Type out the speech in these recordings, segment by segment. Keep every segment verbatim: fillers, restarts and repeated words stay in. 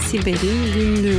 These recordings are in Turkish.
Siber'in Günlüğü.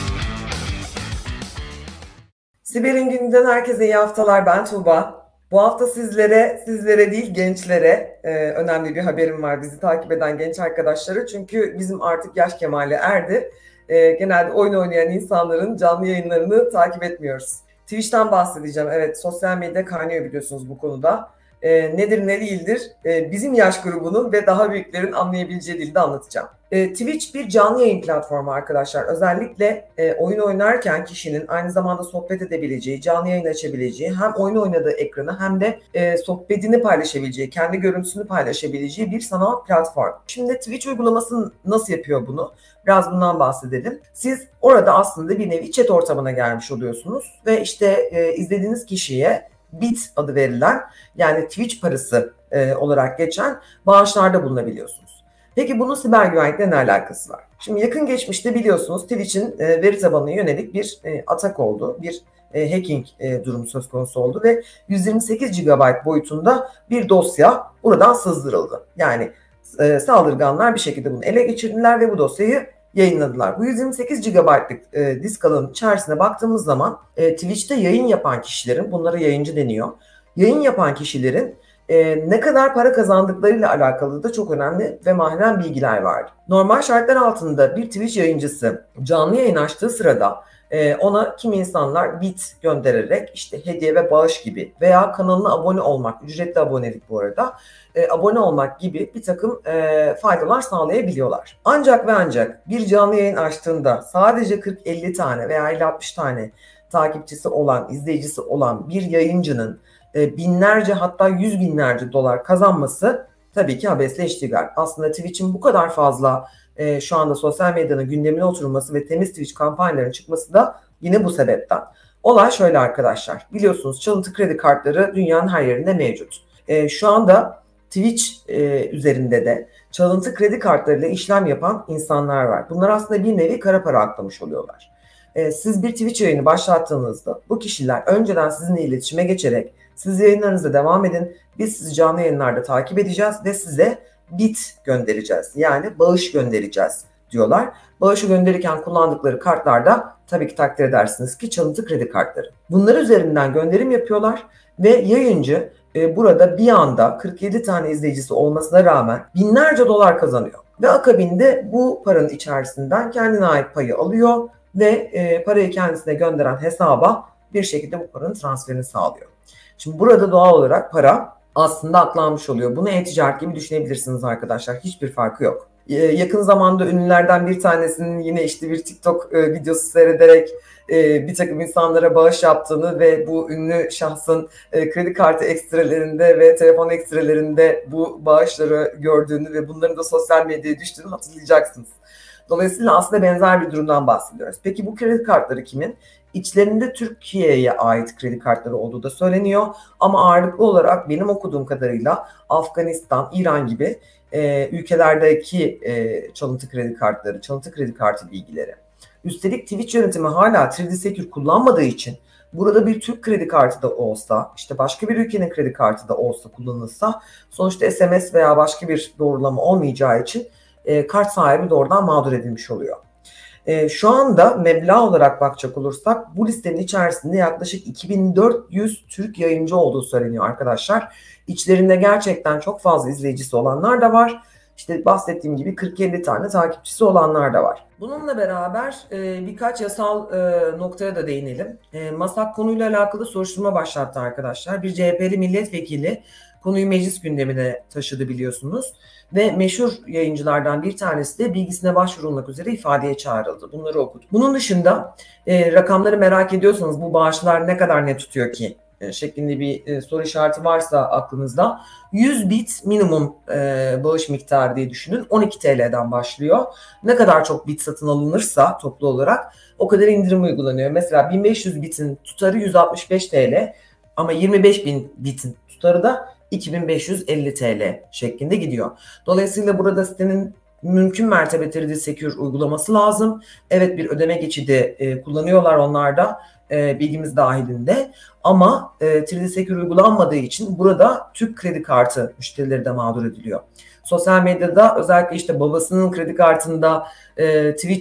Siber'in Günlüğü'nden herkese iyi haftalar. Ben Tuğba. Bu hafta sizlere, sizlere değil gençlere e, önemli bir haberim var. Bizi takip eden genç arkadaşları. Çünkü bizim artık yaş kemale erdi. E, genelde oyun oynayan insanların canlı yayınlarını takip etmiyoruz. Twitch'ten bahsedeceğim. Evet, sosyal medya kaynıyor biliyorsunuz bu konuda. E, nedir ne değildir e, bizim yaş grubunun ve daha büyüklerin anlayabileceği dilde anlatacağım. E, Twitch bir canlı yayın platformu arkadaşlar. Özellikle e, oyun oynarken kişinin aynı zamanda sohbet edebileceği, canlı yayın açabileceği, hem oyun oynadığı ekranı hem de e, sohbetini paylaşabileceği, kendi görüntüsünü paylaşabileceği bir sanal platform. Şimdi Twitch uygulaması nasıl yapıyor bunu? Biraz bundan bahsedelim. Siz orada aslında bir nevi chat ortamına gelmiş oluyorsunuz ve işte e, izlediğiniz kişiye bit adı verilen, yani Twitch parası e, olarak geçen bağışlarda bulunabiliyorsunuz. Peki bunun siber güvenlikle ne alakası var? Şimdi yakın geçmişte biliyorsunuz Twitch'in e, veri tabanına yönelik bir e, atak oldu, bir e, hacking e, durumu söz konusu oldu ve yüz yirmi sekiz gigabayt boyutunda bir dosya buradan sızdırıldı. Yani e, saldırganlar bir şekilde bunu ele geçirdiler ve bu dosyayı yayınladılar. Bu yüz yirmi sekiz gigabaytlık e, disk alanın içerisine baktığımız zaman e, Twitch'te yayın yapan kişilerin, bunlara yayıncı deniyor, yayın yapan kişilerin e, ne kadar para kazandıklarıyla alakalı da çok önemli ve mahrem bilgiler vardı. Normal şartlar altında bir Twitch yayıncısı canlı yayın açtığı sırada e, ona kimi insanlar bit göndererek işte hediye ve bağış gibi veya kanalına abone olmak, ücretli abonelik bu arada, E, abone olmak gibi bir takım e, faydalar sağlayabiliyorlar. Ancak ve ancak bir canlı yayın açtığında sadece kırk elli tane veya elli altmış tane takipçisi olan, izleyicisi olan bir yayıncının e, binlerce hatta yüz binlerce dolar kazanması tabii ki abesle iştigal. Aslında Twitch'in bu kadar fazla e, şu anda sosyal medyanın gündemine oturması ve temiz Twitch kampanyalarının çıkması da yine bu sebepten. Olay şöyle arkadaşlar, biliyorsunuz çalıntı kredi kartları dünyanın her yerinde mevcut. E, şu anda Twitch e, üzerinde de çalıntı kredi kartlarıyla işlem yapan insanlar var. Bunlar aslında bir nevi kara para aklamış oluyorlar. E, siz bir Twitch yayını başlattığınızda bu kişiler önceden sizinle iletişime geçerek siz yayınlarınıza devam edin, biz sizi canlı yayınlarda takip edeceğiz ve size bit göndereceğiz. Yani bağış göndereceğiz diyorlar. Bağışı gönderirken kullandıkları kartlar da tabii ki takdir edersiniz ki çalıntı kredi kartları. Bunlar üzerinden gönderim yapıyorlar ve yayıncı e, burada bir anda kırk yedi tane izleyicisi olmasına rağmen binlerce dolar kazanıyor. Ve akabinde bu paranın içerisinden kendine ait payı alıyor ve e, parayı kendisine gönderen hesaba bir şekilde bu paranın transferini sağlıyor. Şimdi burada doğal olarak para aslında aklanmış oluyor. Bunu e-ticaret gibi düşünebilirsiniz arkadaşlar. Hiçbir farkı yok. Ee, yakın zamanda ünlülerden bir tanesinin yine işte bir TikTok e, videosu seyrederek e, bir takım insanlara bağış yaptığını ve bu ünlü şahsın e, kredi kartı ekstrelerinde ve telefon ekstrelerinde bu bağışları gördüğünü ve bunların da sosyal medyaya düştüğünü hatırlayacaksınız. Dolayısıyla aslında benzer bir durumdan bahsediyoruz. Peki bu kredi kartları kimin? İçlerinde Türkiye'ye ait kredi kartları olduğu da söyleniyor. Ama ağırlıklı olarak benim okuduğum kadarıyla Afganistan, İran gibi e, ülkelerdeki e, çalıntı kredi kartları, çalıntı kredi kartı bilgileri. Üstelik Twitch yönetimi hala üç D Secure kullanmadığı için burada bir Türk kredi kartı da olsa, işte başka bir ülkenin kredi kartı da olsa, kullanılsa sonuçta S M S veya başka bir doğrulama olmayacağı için e, kart sahibi doğrudan mağdur edilmiş oluyor. E, şu anda meblağ olarak bakacak olursak bu listenin içerisinde yaklaşık iki bin dört yüz Türk yayıncı olduğu söyleniyor arkadaşlar. İçlerinde gerçekten çok fazla izleyicisi olanlar da var. İşte bahsettiğim gibi kırk elli tane takipçisi olanlar da var. Bununla beraber e, birkaç yasal e, noktaya da değinelim. E, MASAK konuyla alakalı soruşturma başlattı arkadaşlar. Bir C H P'li milletvekili konuyu meclis gündemine taşıdı biliyorsunuz. Ve meşhur yayıncılardan bir tanesi de bilgisine başvurulmak üzere ifadeye çağrıldı. Bunları okudum. Bunun dışında e, rakamları merak ediyorsanız bu bağışlar ne kadar ne tutuyor ki e, şeklinde bir e, soru işareti varsa aklınızda yüz bit minimum e, bağış miktarı diye düşünün. on iki T L'den başlıyor. Ne kadar çok bit satın alınırsa toplu olarak o kadar indirim uygulanıyor. Mesela bin beş yüz bitin tutarı yüz altmış beş T L ama yirmi beş bin bitin tutarı da iki bin beş yüz elli T L şeklinde gidiyor. Dolayısıyla burada sitenin mümkün mertebe üç D Secure uygulaması lazım. Evet, bir ödeme geçidi e, kullanıyorlar onlar da e, bilgimiz dahilinde. Ama e, üç D Secure uygulanmadığı için burada Türk kredi kartı müşterileri de mağdur ediliyor. Sosyal medyada özellikle işte babasının kredi kartında e, Twitch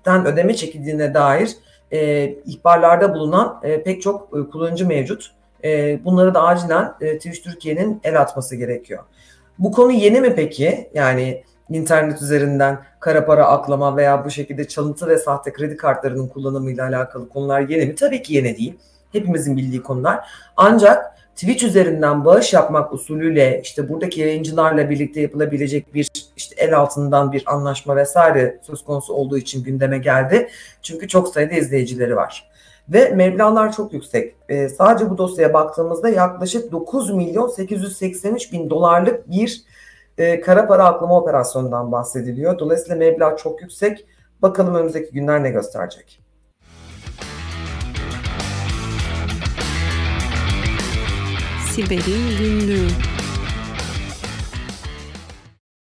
Twitch'ten ödeme çekildiğine dair e, ihbarlarda bulunan e, pek çok e, kullanıcı mevcut. E, bunları da acilen e, Twitch Türkiye'nin el atması gerekiyor. Bu konu yeni mi peki? Yani internet üzerinden kara para aklama veya bu şekilde çalıntı ve sahte kredi kartlarının kullanımıyla alakalı konular yeni mi? Tabii ki yeni değil. Hepimizin bildiği konular. Ancak Twitch üzerinden bağış yapmak usulüyle işte buradaki yayıncılarla birlikte yapılabilecek bir işte el altından bir anlaşma vesaire söz konusu olduğu için gündeme geldi. Çünkü çok sayıda izleyicileri var. Ve meblağlar çok yüksek. Ee, sadece bu dosyaya baktığımızda yaklaşık dokuz milyon sekiz yüz seksen üç bin dolarlık bir e, kara para aklama operasyonundan bahsediliyor. Dolayısıyla meblağ çok yüksek. Bakalım önümüzdeki günler ne gösterecek? Siber'in Günlüğü.